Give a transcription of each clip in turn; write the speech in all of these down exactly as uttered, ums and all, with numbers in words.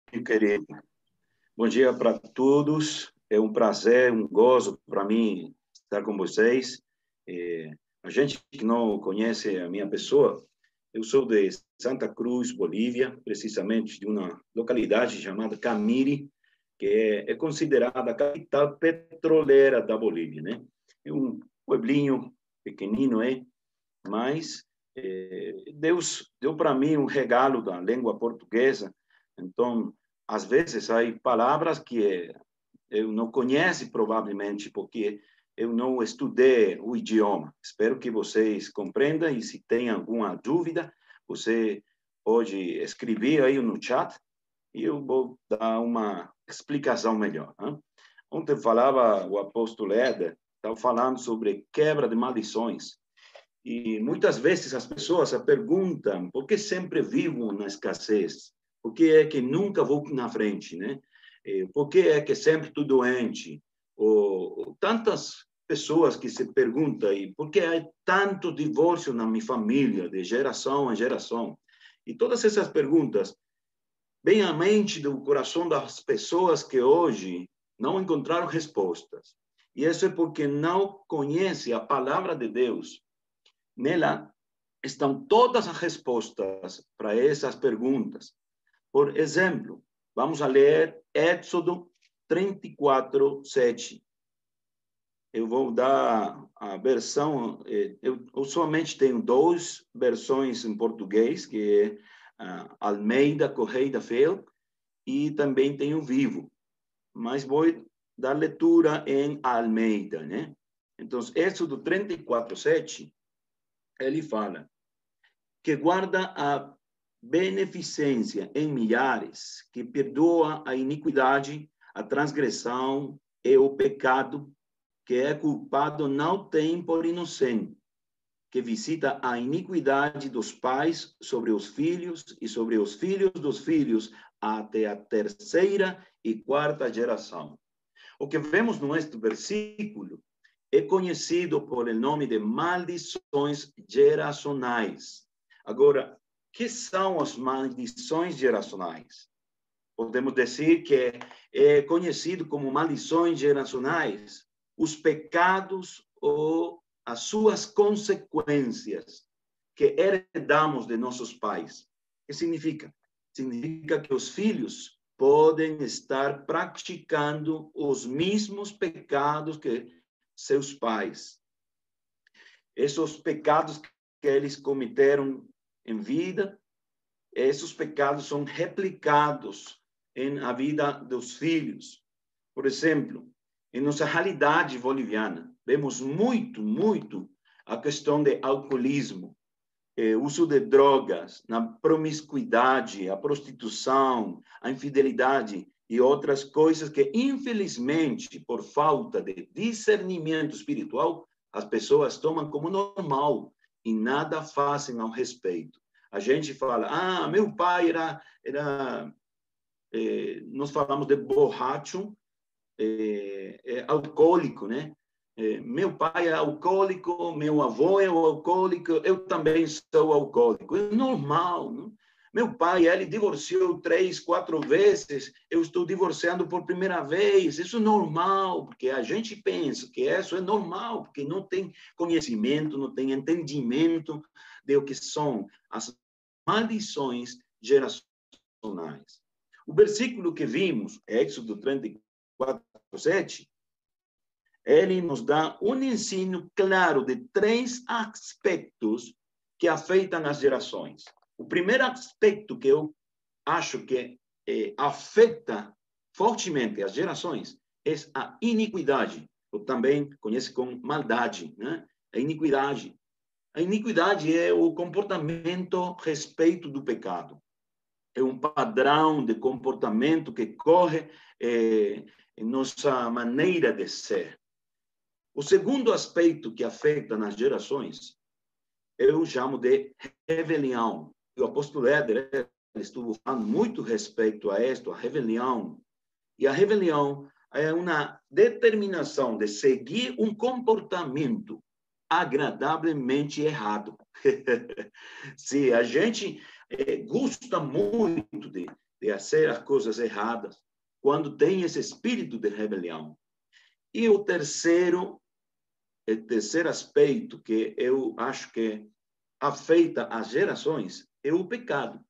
querido. Bom dia para todos. É um prazer, um gozo para mim estar com vocês. É, a gente que não conhece a minha pessoa, eu sou de Santa Cruz, Bolívia, precisamente de uma localidade chamada Camiri, que é, é considerada a capital petroleira da Bolívia, né? É um pueblinho pequenino, é, mas é, Deus deu para mim um regalo da língua portuguesa. Então, às vezes, há palavras que eu não conheço, provavelmente, porque eu não estudei o idioma. Espero que vocês compreendam, e se tem alguma dúvida, você pode escrever aí no chat e eu vou dar uma explicação melhor. Hein? Ontem falava o apóstolo Éder, estava falando sobre quebra de maldições. E muitas vezes as pessoas se perguntam por que sempre vivo na escassez? Por que é que nunca vou na frente, né? Por que é que sempre estou doente? Ou, ou tantas pessoas que se perguntam e por que há tanto divórcio na minha família, de geração em geração? E todas essas perguntas vêm à mente do coração das pessoas que hoje não encontraram respostas. E isso é porque não conhecem a palavra de Deus. Nela estão todas as respostas para essas perguntas. Por exemplo, vamos a ler Éxodo trinta e quatro, sete. Eu vou dar a versão, eu, eu somente tenho duas versões em português, que é uh, Almeida Correia Fiel, e também tenho Vivo. Mas vou dar leitura em Almeida, né? Então, Éxodo trinta e quatro, sete, ele fala que guarda a beneficência em milhares, que perdoa a iniquidade, a transgressão e o pecado, que é culpado não tem por inocente, que visita a iniquidade dos pais sobre os filhos e sobre os filhos dos filhos até a terceira e quarta geração. O que vemos neste versículo é conhecido por el nome de maldições geracionais. Agora, o que são as maldições geracionais? Podemos dizer que é conhecido como maldições geracionais os pecados ou as suas consequências que herdamos de nossos pais. O que significa? Significa que os filhos podem estar praticando os mesmos pecados que seus pais. Esses pecados que eles cometeram em vida, esses pecados são replicados em a vida dos filhos. Por exemplo, em nossa realidade boliviana, vemos muito, muito a questão de alcoolismo, eh, uso de drogas, na promiscuidade, a prostituição, a infidelidade e outras coisas que, infelizmente, por falta de discernimento espiritual, as pessoas tomam como normal e nada fazem ao respeito. A gente fala, ah, meu pai era, era eh, nós falamos de borracho, eh, eh, alcoólico, né? Eh, meu pai é alcoólico, meu avô é alcoólico, eu também sou alcoólico. É normal, não? Meu pai, ele divorciou três, quatro vezes, eu estou divorciando por primeira vez. Isso é normal, porque a gente pensa que isso é normal, porque não tem conhecimento, não tem entendimento de o que são as maldições geracionais. O versículo que vimos, Éxodo trinta e quatro, sete, ele nos dá um ensino claro de três aspectos que afetam as gerações. O primeiro aspecto que eu acho que eh, afeta fortemente as gerações é a iniquidade, ou também conhece como maldade, né? A iniquidade. A iniquidade é o comportamento a respeito do pecado. É um padrão de comportamento que corre eh, em nossa maneira de ser. O segundo aspecto que afeta nas gerações, eu chamo de rebelião. O apóstolo Éder estuvo falando muito a respeito a isto, a rebelião. E a rebelião é uma determinação de seguir um comportamento agradavelmente errado. Se a gente eh, gosta muito de, de fazer as coisas erradas, quando tem esse espírito de rebelião. E o terceiro, o terceiro aspecto que eu acho que afeta as gerações é o pecado.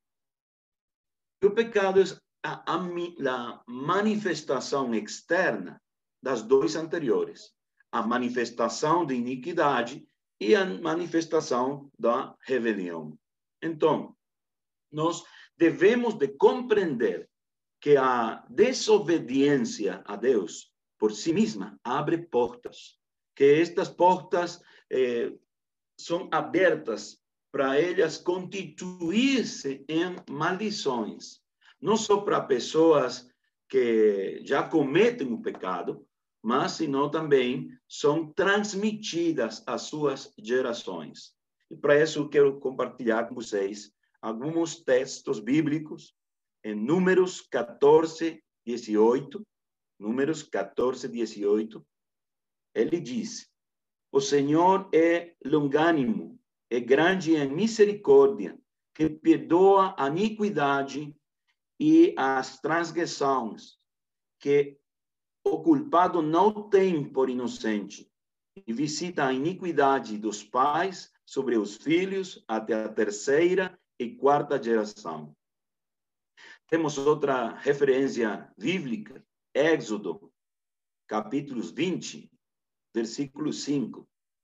E o pecado é a, a, a manifestação externa das duas anteriores. A manifestação de iniquidade e a manifestação da rebelião. Então, nós devemos de compreender que a desobediência a Deus por si mesma abre portas, que estas portas eh, são abertas para elas constituir-se em maldições, não só para pessoas que já cometem o pecado, mas senão também são transmitidas às suas gerações. E para isso eu quero compartilhar com vocês alguns textos bíblicos em Números quatorze, dezoito, Números quatorze, dezoito, ele diz: o Senhor é longânimo, é grande em misericórdia, que perdoa a iniquidade e as transgressões, que o culpado não tem por inocente, e visita a iniquidade dos pais sobre os filhos até a terceira e quarta geração. Temos outra referência bíblica, Êxodo, capítulos vinte, versículo cinco.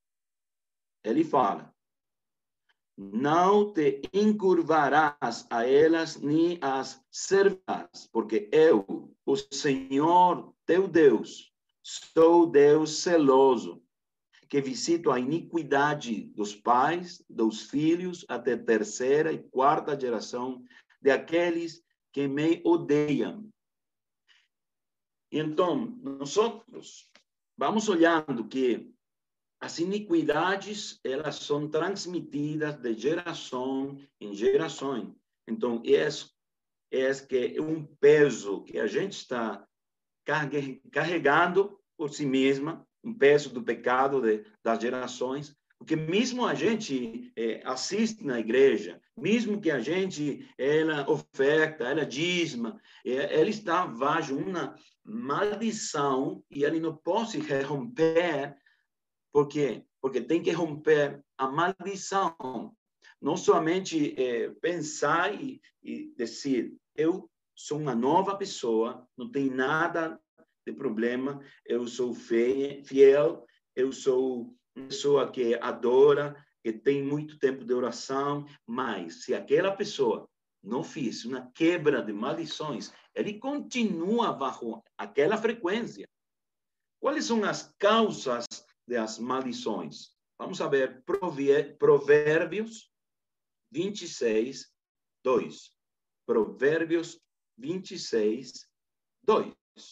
Ele fala: não te encurvarás a elas, nem as servirás, porque eu, o Senhor teu Deus, sou Deus zeloso, que visito a iniquidade dos pais, dos filhos, até terceira e quarta geração de aqueles que me odeiam. Então, nós vamos olhando que as iniquidades, elas são transmitidas de geração em geração. Então, é, é que é um peso que a gente está carregando por si mesma, um peso do pecado de, das gerações, porque mesmo a gente é, assiste na igreja, mesmo que a gente ela oferta, ela dízima, é, ela está baixo uma maldição e ele não pode romper. Por quê? Porque tem que romper a maldição. Não somente é, pensar e, e dizer, eu sou uma nova pessoa, não tem nada de problema, eu sou fiel, eu sou uma pessoa que adora, que tem muito tempo de oração, mas se aquela pessoa não fez uma quebra de maldições, ele continua baixo aquela frequência. Quais são as causas das maldições? Vamos ver Provérbios vinte e seis, dois. Provérbios vinte e seis, dois.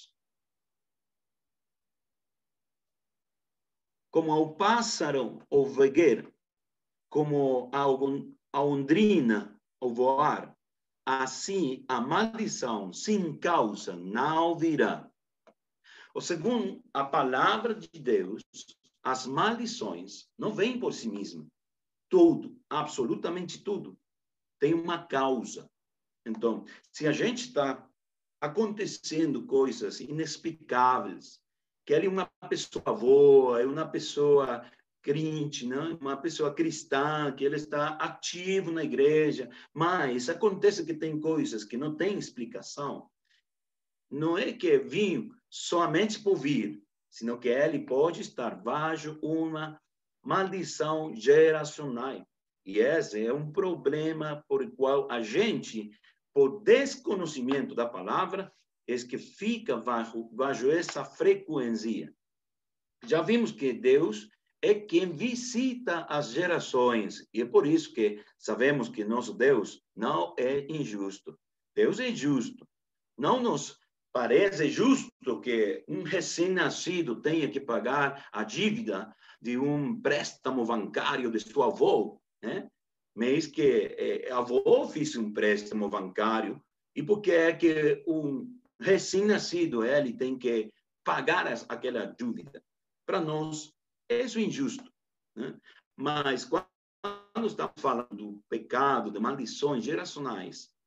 Como ao pássaro ao voar, como a ondrina ao voar, assim a maldição sem causa não virá. Ou segundo a palavra de Deus, as maldições não vêm por si mesmas. Tudo, absolutamente tudo, tem uma causa. Então, se a gente está acontecendo coisas inexplicáveis, que ele é uma pessoa boa, é uma pessoa crente, né? Uma pessoa cristã, que ele está ativo na igreja, mas acontece que tem coisas que não têm explicação. Não é que vim somente por vir, senão que ele pode estar baixo uma maldição geracional. E esse é um problema por o qual a gente, por desconhecimento da palavra, é que fica baixo, baixo essa frequência. Já vimos que Deus é quem visita as gerações, e é por isso que sabemos que nosso Deus não é injusto. Deus é justo. Não nos parece justo que um recém-nascido tenha que pagar a dívida de um préstamo bancário de seu avô, né? Mas que eh, avô fez um préstamo bancário, e por que é que um recém-nascido ele tem que pagar as, aquela dívida? Para nós, isso é injusto, né? Mas quando estamos falando do pecado, de maldições geracionais,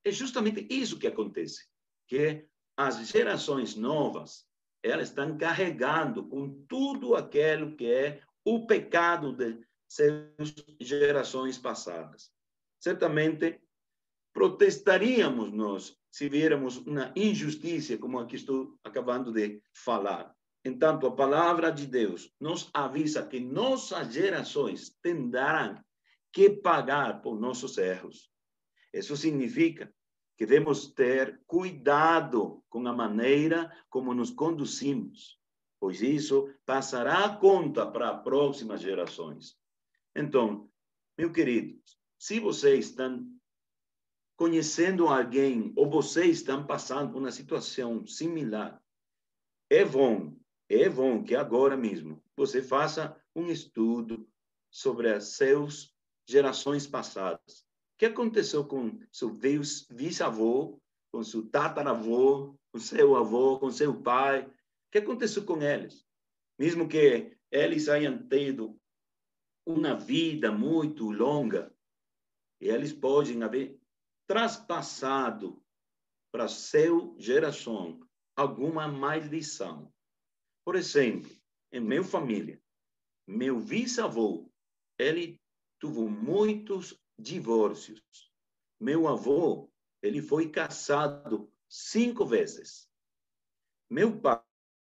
é justamente isso que acontece, que as gerações novas, elas estão carregando com tudo aquilo que é o pecado de suas gerações passadas. Certamente, protestaríamos nós se viéramos uma injustiça, como aqui estou acabando de falar. Entanto, a palavra de Deus nos avisa que nossas gerações terão que pagar por nossos erros. Isso significa que devemos ter cuidado com a maneira como nos conduzimos, pois isso passará a conta para as próximas gerações. Então, meu querido, se vocês estão conhecendo alguém ou vocês estão passando por uma situação similar, é bom, é bom que agora mesmo você faça um estudo sobre as suas gerações passadas. O que aconteceu com seu bisavô, com seu tataravô, com seu avô, com seu pai? O que aconteceu com eles? Mesmo que eles tenham tido uma vida muito longa, eles podem haver traspassado para a sua geração alguma maldição. Por exemplo, em minha família, meu bisavô, ele teve muitos divórcios. Meu avô, ele foi casado cinco vezes. Meu pai,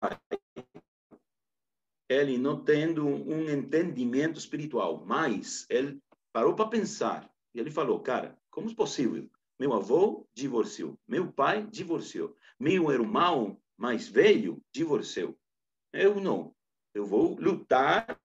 ele não tendo um entendimento espiritual, mas ele parou para pensar. E ele falou, cara, como é possível? Meu avô divorciou, meu pai divorciou, meu irmão mais velho divorciou. Eu não. Eu vou lutar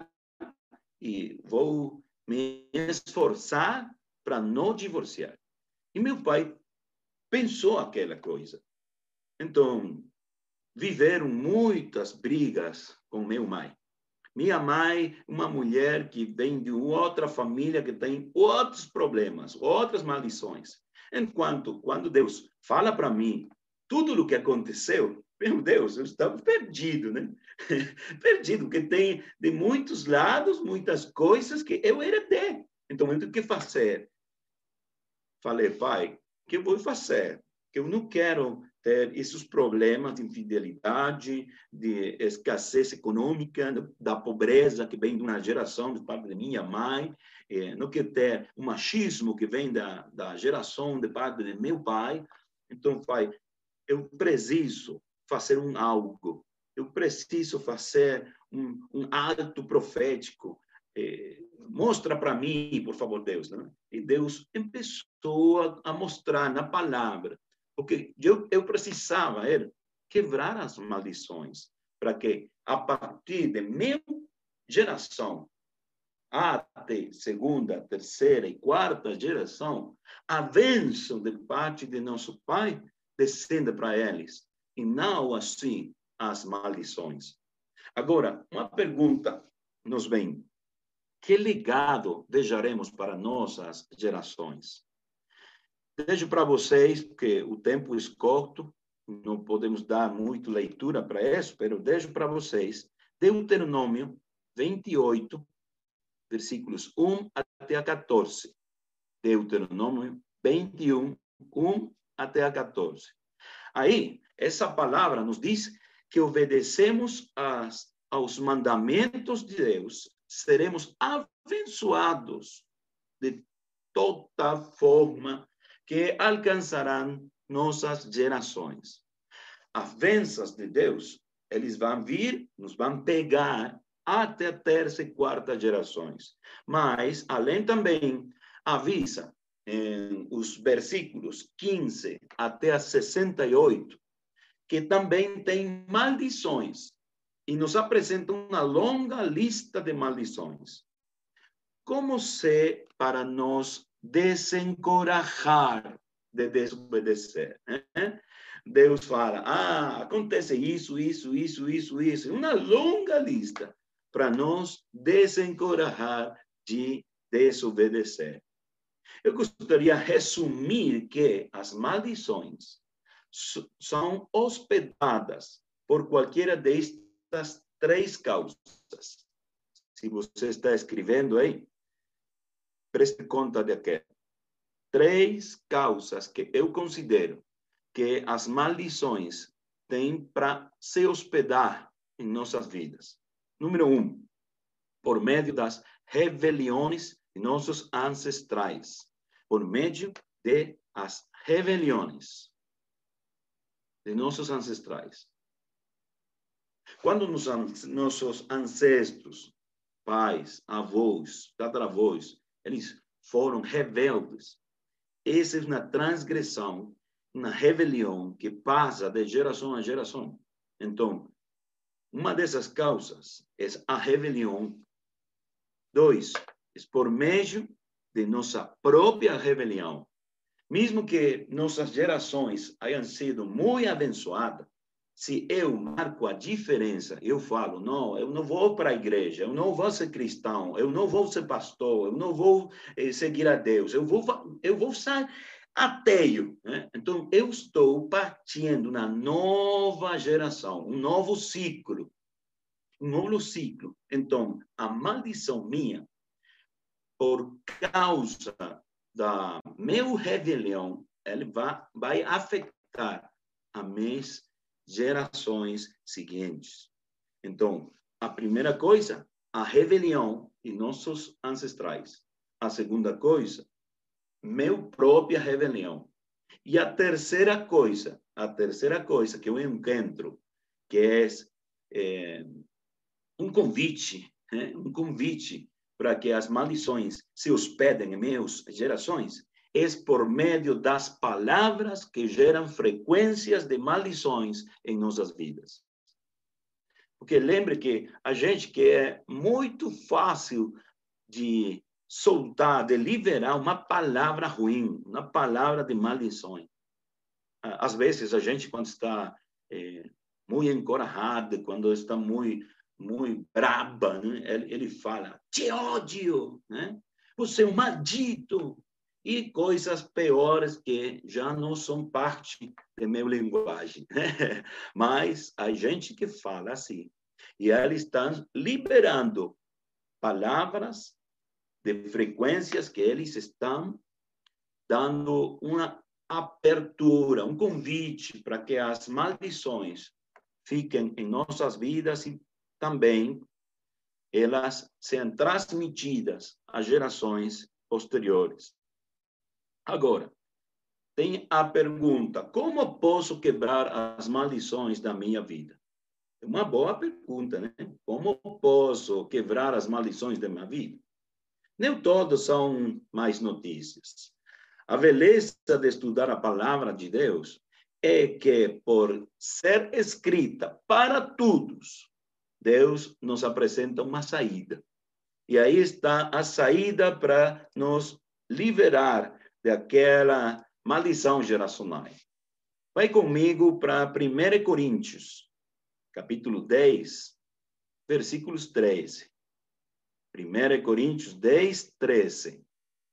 e vou me esforçar para não divorciar. E meu pai pensou aquela coisa. Então, viveram muitas brigas com meu mãe. Minha mãe, uma mulher que vem de outra família que tem outros problemas, outras maldições. Enquanto, quando Deus fala para mim tudo o que aconteceu, meu Deus, eu estava perdido, né? Perdido, porque tem de muitos lados, muitas coisas que eu heredei. Então, eu tenho que fazer. Falei, pai, o que eu vou fazer? Que eu não quero ter esses problemas de infidelidade, de escassez econômica, da pobreza que vem de uma geração de parte de minha mãe, eh, não quero ter um machismo que vem da, da geração de parte de meu pai. Então, pai, eu preciso fazer um algo, eu preciso fazer um, um ato profético. Eh, mostra para mim, por favor, Deus. Né? E Deus começou a, a mostrar na palavra, porque eu, eu precisava era quebrar as maldições, para que, a partir de minha geração, até segunda, terceira e quarta geração, a bênção de parte de nosso Pai descenda para eles, e não assim as maldições. Agora, uma pergunta nos vem. Que legado deixaremos para nossas gerações? Deixo para vocês, porque o tempo é curto, não podemos dar muito leitura para isso, mas deixo para vocês Deuteronômio vinte e oito, versículos um até a quatorze. Deuteronômio vinte e um, um até a quatorze. Aí, essa palavra nos diz que obedecemos as, aos mandamentos de Deus, seremos abençoados de toda forma que alcançarão nossas gerações. As bênçãos de Deus, eles vão vir, nos vão pegar até a terceira e quarta gerações. Mas, além também, avisa em os versículos quinze até a sessenta e oito, que também tem maldições, e nos apresenta uma longa lista de maldições. Como se para nos desencorajar de desobedecer? Né? Deus fala, ah, acontece isso, isso, isso, isso, isso. Uma longa lista para nos desencorajar de desobedecer. Eu gostaria de resumir que as maldições são hospedadas por qualquer destas três causas. Se você está escrevendo aí, preste conta de aquilo. três causas que eu considero que as maldições têm para se hospedar em nossas vidas. Número um, por meio das rebeliões de nossos ancestrais. Por meio de as rebeliões de nossos ancestrais. Quando nos, nossos ancestros, pais, avós, tataravós, eles foram rebeldes, essa é uma transgressão, uma rebelião que passa de geração a geração. Então, uma dessas causas é a rebelião. Dois, é por meio de nossa própria rebelião. Mesmo que nossas gerações hayan sido muito abençoadas, se eu marco a diferença, eu falo, não, eu não vou para a igreja, eu não vou ser cristão, eu não vou ser pastor, eu não vou eh, seguir a Deus, eu vou, eu vou ser ateu. Né? Então, eu estou partindo na nova geração, um novo ciclo, um novo ciclo. Então, a maldição minha, por causa da meu rebelião, ele vai, vai afetar as minhas gerações seguintes. Então, a primeira coisa, a rebelião de nossos ancestrais. A segunda coisa, meu própria rebelião. E a terceira coisa, a terceira coisa que eu encontro, que é, é um convite, né? um convite para que as maldições se hospedem em minhas gerações, é por meio das palavras que geram frequências de maldições em nossas vidas. Porque lembre que a gente que é muito fácil de soltar, de liberar uma palavra ruim, uma palavra de maldição. Às vezes a gente, quando está é, muito encorajado, quando está muito muito braba, né? ele, ele fala, te ódio, né? Você é um maldito, e coisas piores que já não são parte da minha linguagem. Né? Mas a gente que fala assim, e eles estão liberando palavras de frequências que eles estão dando uma abertura, um convite para que as maldições fiquem em nossas vidas e também elas sejam transmitidas às gerações posteriores. Agora, tem a pergunta, como posso quebrar as maldições da minha vida? É uma boa pergunta, né? Como posso quebrar as maldições da minha vida? Nem todos são mais notícias. A beleza de estudar a palavra de Deus é que, por ser escrita para todos, Deus nos apresenta uma saída. E aí está a saída para nos liberar daquela maldição geracional. Vai comigo para primeira Coríntios, capítulo dez, versículos treze. primeira Coríntios dez, treze.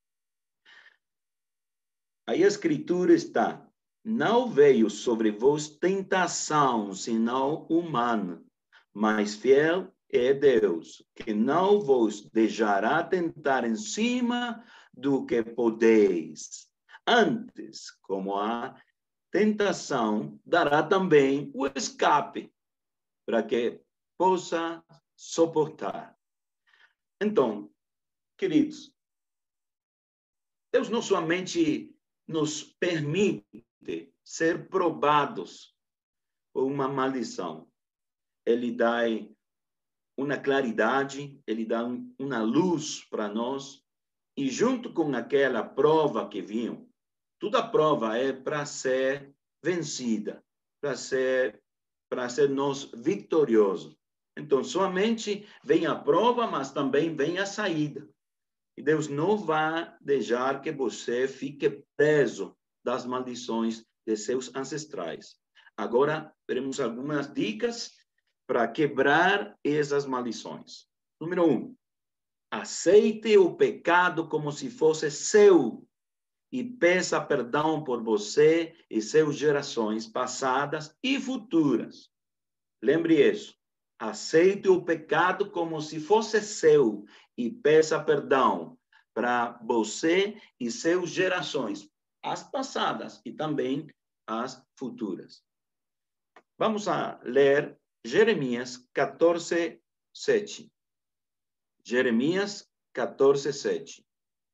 Aí a escritura está, não veio sobre vós tentação, senão humana, mas fiel é Deus, que não vos deixará tentar em cima do que podeis. Antes, como a tentação, dará também o escape, para que possa suportar. Então, queridos, Deus não somente nos permite ser provados por uma maldição, Ele dá uma claridade, Ele dá uma luz para nós, e junto com aquela prova que vinha, toda prova é para ser vencida, para ser, para ser nós vitoriosos. Então, somente vem a prova, mas também vem a saída. E Deus não vai deixar que você fique preso das maldições de seus ancestrais. Agora, teremos algumas dicas para quebrar essas maldições. Número um, aceite o pecado como se fosse seu e peça perdão por você e suas gerações passadas e futuras. Lembre isso. Aceite o pecado como se fosse seu e peça perdão para você e suas gerações, as passadas e também as futuras. Vamos a ler Jeremias quatorze, sete. Jeremias quatorze, sete.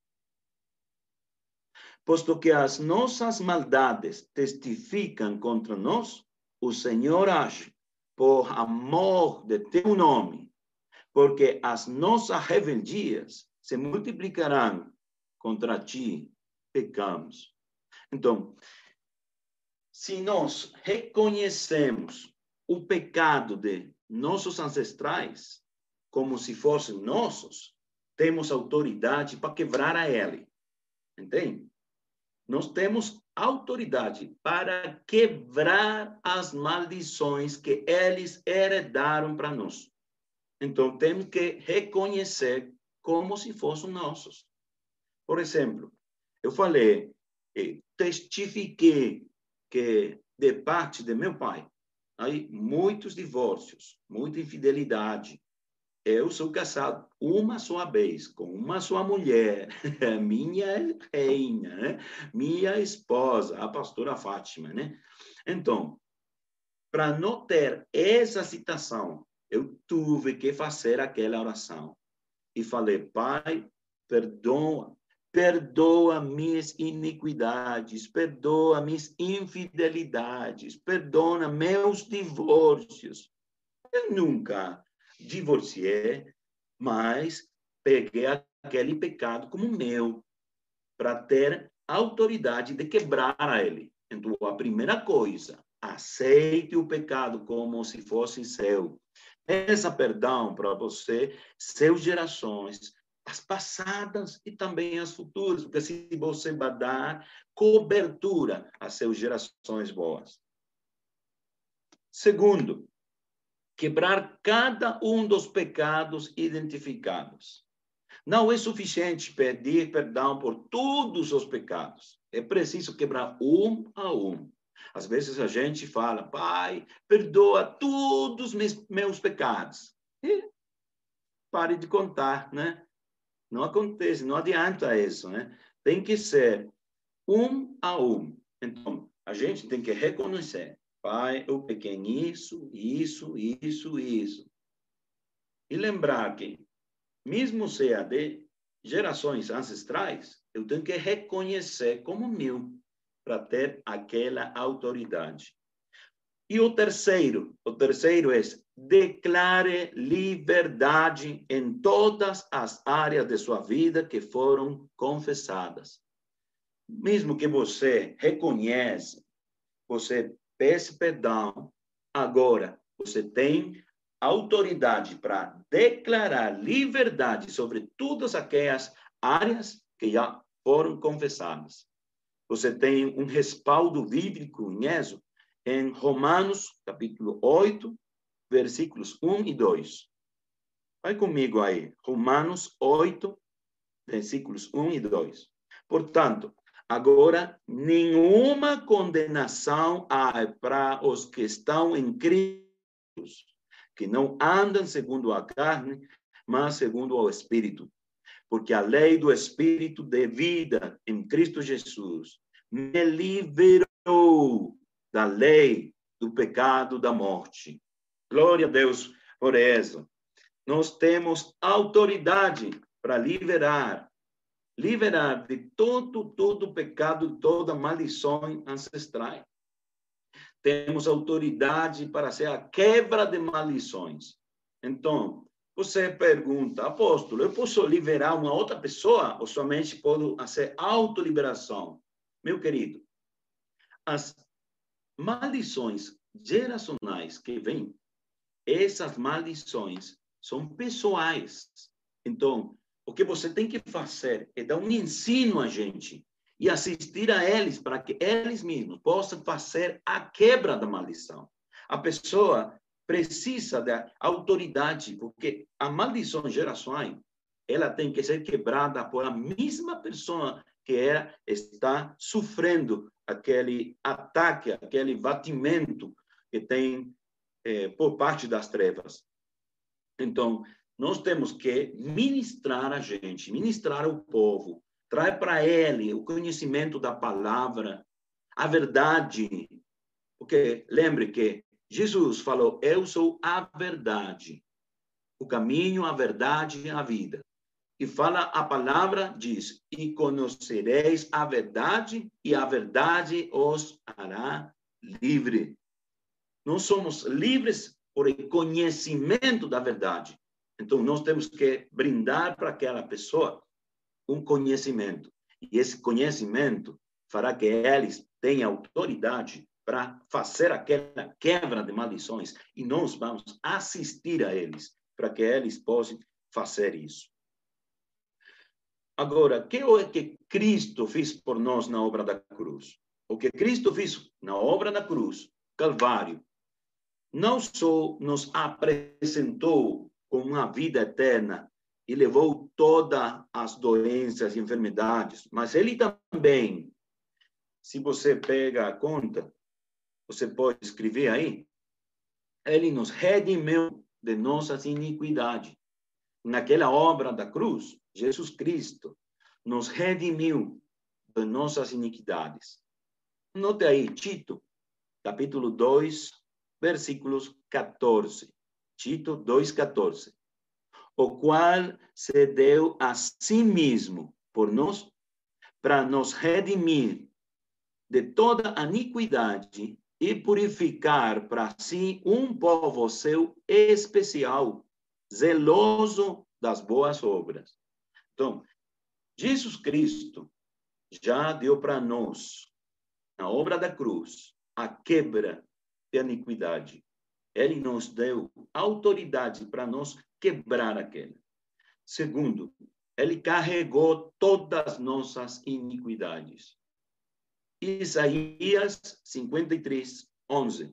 Posto que as nossas maldades testificam contra nós, o Senhor age por amor de teu nome, porque as nossas rebeldias se multiplicarão contra ti, pecamos. Então, se nós reconhecemos o pecado de nossos ancestrais como se fossem nossos, temos autoridade para quebrar a ele. Entende? Nós temos autoridade para quebrar as maldições que eles heredaram para nós. Então, temos que reconhecer como se fossem nossos. Por exemplo, eu falei, testifiquei que, de parte de meu pai, aí muitos divórcios, muita infidelidade. Eu sou casado uma só vez, com uma só mulher, minha reina, né? Minha esposa, a pastora Fátima, né? Então, para não ter essa situação, eu tive que fazer aquela oração. E falei, Pai, perdoa, perdoa minhas iniquidades, perdoa minhas infidelidades, perdoa meus divórcios. Eu nunca divorciei, mas peguei aquele pecado como meu, para ter autoridade de quebrar a ele. Então, a primeira coisa, aceite o pecado como se fosse seu. Peça perdão para você, suas gerações, as passadas e também as futuras, porque assim você vai dar cobertura às suas gerações boas. Segundo, quebrar cada um dos pecados identificados. Não é suficiente pedir perdão por todos os pecados. É preciso quebrar um a um. Às vezes a gente fala, Pai, perdoa todos meus, meus pecados. E pare de contar, né? Não acontece, não adianta isso, né? Tem que ser um a um. Então, a gente tem que reconhecer, Pai, eu pequei nisso, isso, isso, isso. E lembrar que, mesmo seja de gerações ancestrais, eu tenho que reconhecer como meu, para ter aquela autoridade. E o terceiro, o terceiro é, declare liberdade em todas as áreas de sua vida que foram confessadas. Mesmo que você reconheça, você peça perdão, agora você tem autoridade para declarar liberdade sobre todas aquelas áreas que já foram confessadas. Você tem um respaldo bíblico nisso em Romanos, capítulo oito, versículos um e dois. Vai comigo aí, Romanos oito, versículos um e dois. Portanto, agora, nenhuma condenação há para os que estão em Cristo, que não andam segundo a carne, mas segundo o Espírito. Porque a lei do Espírito de vida em Cristo Jesus me liberou da lei do pecado da morte. Glória a Deus por isso. Nós temos autoridade para liberar, liberar de todo, todo pecado, toda maldição ancestral. Temos autoridade para ser a quebra de maldições. Então, você pergunta, apóstolo, eu posso liberar uma outra pessoa ou somente posso fazer autoliberação? Meu querido, as maldições geracionais que vêm, essas maldições são pessoais. Então, o que você tem que fazer é dar um ensino a gente e assistir a eles para que eles mesmos possam fazer a quebra da maldição. A pessoa precisa da autoridade, porque a maldição geracional, ela tem que ser quebrada por a mesma pessoa que é, está sofrendo aquele ataque, aquele batimento que tem eh, por parte das trevas. Então, nós temos que ministrar a gente, ministrar ao povo, trazer para ele o conhecimento da palavra, a verdade. Porque lembre que Jesus falou, eu sou a verdade, o caminho, a verdade e a vida. E fala, a palavra diz, e conhecereis a verdade, e a verdade os hará livre. Nós somos livres por o conhecimento da verdade. Então, nós temos que brindar para aquela pessoa um conhecimento. E esse conhecimento fará que eles tenham autoridade para fazer aquela quebra de maldições. E nós vamos assistir a eles para que eles possam fazer isso. Agora, o que é que Cristo fez por nós na obra da cruz? O que Cristo fez na obra da cruz, Calvário, não só nos apresentou com uma vida eterna e levou todas as doenças e enfermidades, mas ele também, se você pega a conta, você pode escrever aí, ele nos redimiu de nossas iniquidades. Naquela obra da cruz, Jesus Cristo nos redimiu de nossas iniquidades. Note aí, Tito, capítulo dois, versículos quatorze. Tito dois, quatorze. O qual se deu a si mesmo por nós, para nos redimir de toda iniquidade e purificar para si um povo seu especial, zeloso das boas obras. Então, Jesus Cristo já deu para nós, na obra da cruz, a quebra de iniquidade. Ele nos deu autoridade para nós quebrar aquela. Segundo, ele carregou todas as nossas iniquidades. Isaías cinquenta e três, onze.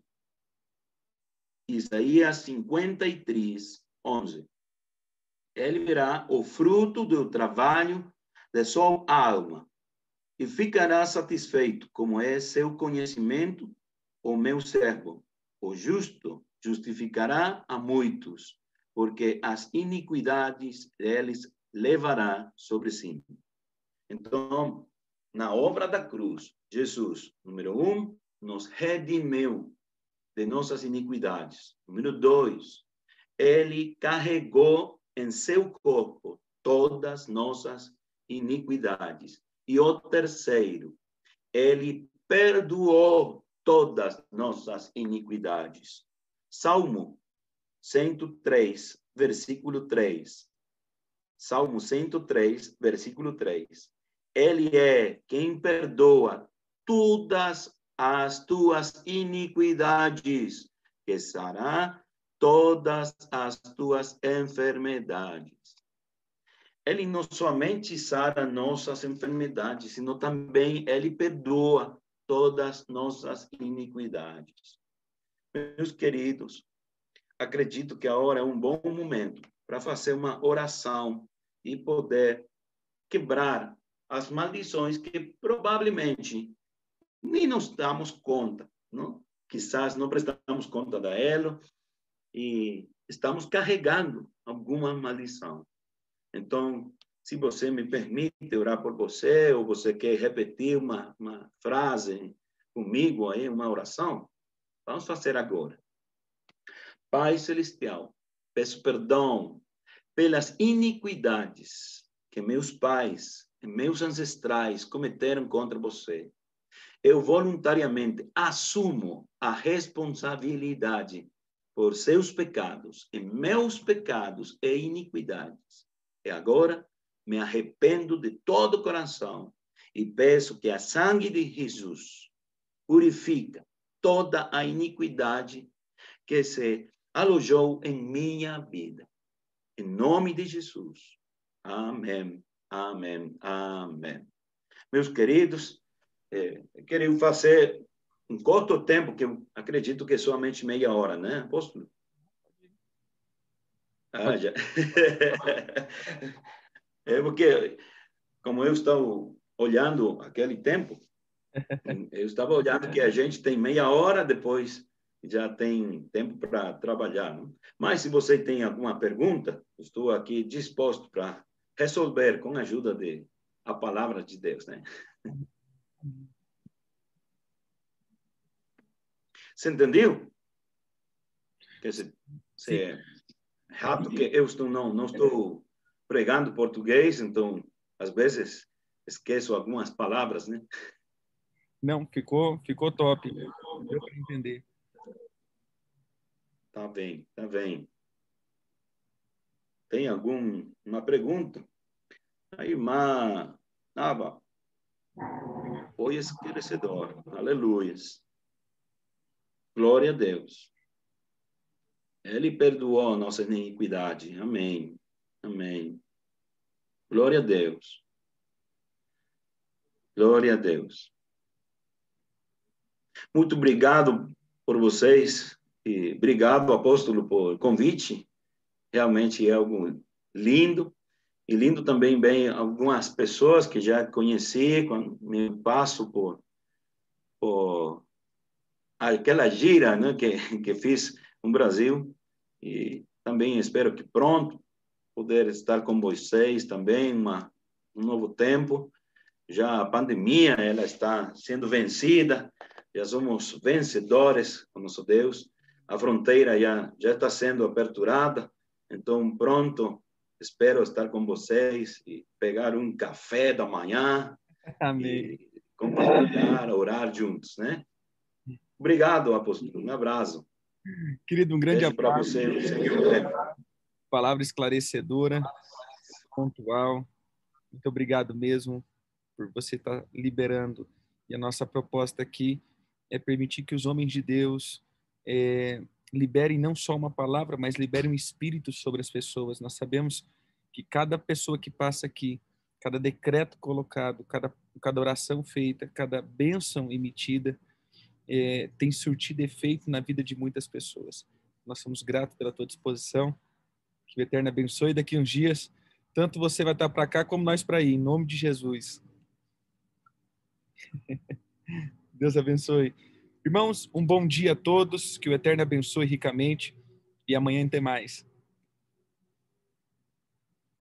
Isaías cinquenta e três, onze. Ele verá o fruto do trabalho de sua alma e ficará satisfeito, como é seu conhecimento, o meu servo. O justo justificará a muitos, porque as iniquidades deles levará sobre si. Então, na obra da cruz, Jesus, número um, nos redimiu de nossas iniquidades. Número dois, ele carregou em seu corpo todas nossas iniquidades. E o terceiro, ele perdoou todas nossas iniquidades. Salmo cento e três, versículo três. Salmo cento e três, versículo três. Ele é quem perdoa todas as tuas iniquidades, que sará todas as tuas enfermidades. Ele não somente sara nossas enfermidades, sino também ele perdoa todas nossas iniquidades. Meus queridos, acredito que agora é um bom momento para fazer uma oração e poder quebrar as maldições que provavelmente nem nos damos conta, não? Quizás não prestamos conta dela e estamos carregando alguma maldição. Então, se você me permite orar por você, ou você quer repetir uma, uma frase comigo aí, uma oração, vamos fazer agora. Pai Celestial, peço perdão pelas iniquidades que meus pais e meus ancestrais cometeram contra você. Eu voluntariamente assumo a responsabilidade por seus pecados e meus pecados e iniquidades. E agora me arrependo de todo o coração e peço que a sangue de Jesus purifique toda a iniquidade que se alojou em minha vida. Em nome de Jesus. Amém, amém, amém. Meus queridos, é, queria fazer um curto tempo, que eu acredito que é somente meia hora, né, apóstolo? Ah, já. É porque, como eu estou olhando aquele tempo, eu estava olhando que a gente tem meia hora, depois já tem tempo para trabalhar. Não? Mas se você tem alguma pergunta, estou aqui disposto para resolver com a ajuda de a palavra de Deus, né? Você entendeu? Quer dizer, é rápido que eu estou não não estou pregando português, então às vezes esqueço algumas palavras, né? Não, ficou ficou top. Deu para entender. Tá bem, tá bem. Tem alguma pergunta? A irmã Nava, foi esclarecedor. Aleluias. Glória a Deus. Ele perdoou a nossa iniquidade. Amém. Amém. Glória a Deus. Glória a Deus. Muito obrigado por vocês. E obrigado, apóstolo, por convite. Realmente é algo lindo. E lindo também bem algumas pessoas que já conheci quando me passo por, por aquela gira, né, que, que fiz no Brasil. E também espero que pronto poder estar com vocês também, uma, um novo tempo. Já a pandemia, ela está sendo vencida, já somos vencedores com nosso Deus. A fronteira já, já está sendo aperturada, então pronto, espero estar com vocês e pegar um café da manhã. Amém. E compartilhar, orar juntos, né? Obrigado, apóstolo. Um abraço. Querido, um grande Beijo para abraço. você. Palavra esclarecedora, pontual. Muito obrigado mesmo por você estar liberando. E a nossa proposta aqui é permitir que os homens de Deus é, liberem não só uma palavra, mas liberem um espírito sobre as pessoas. Nós sabemos que cada pessoa que passa aqui, cada decreto colocado, cada, cada oração feita, cada bênção emitida, é, tem surtido efeito na vida de muitas pessoas. Nós somos gratos pela tua disposição. Que o Eterno abençoe. Daqui uns dias, tanto você vai estar para cá como nós para ir, em nome de Jesus. Deus abençoe. Irmãos, um bom dia a todos, que o Eterno abençoe ricamente e amanhã tem mais.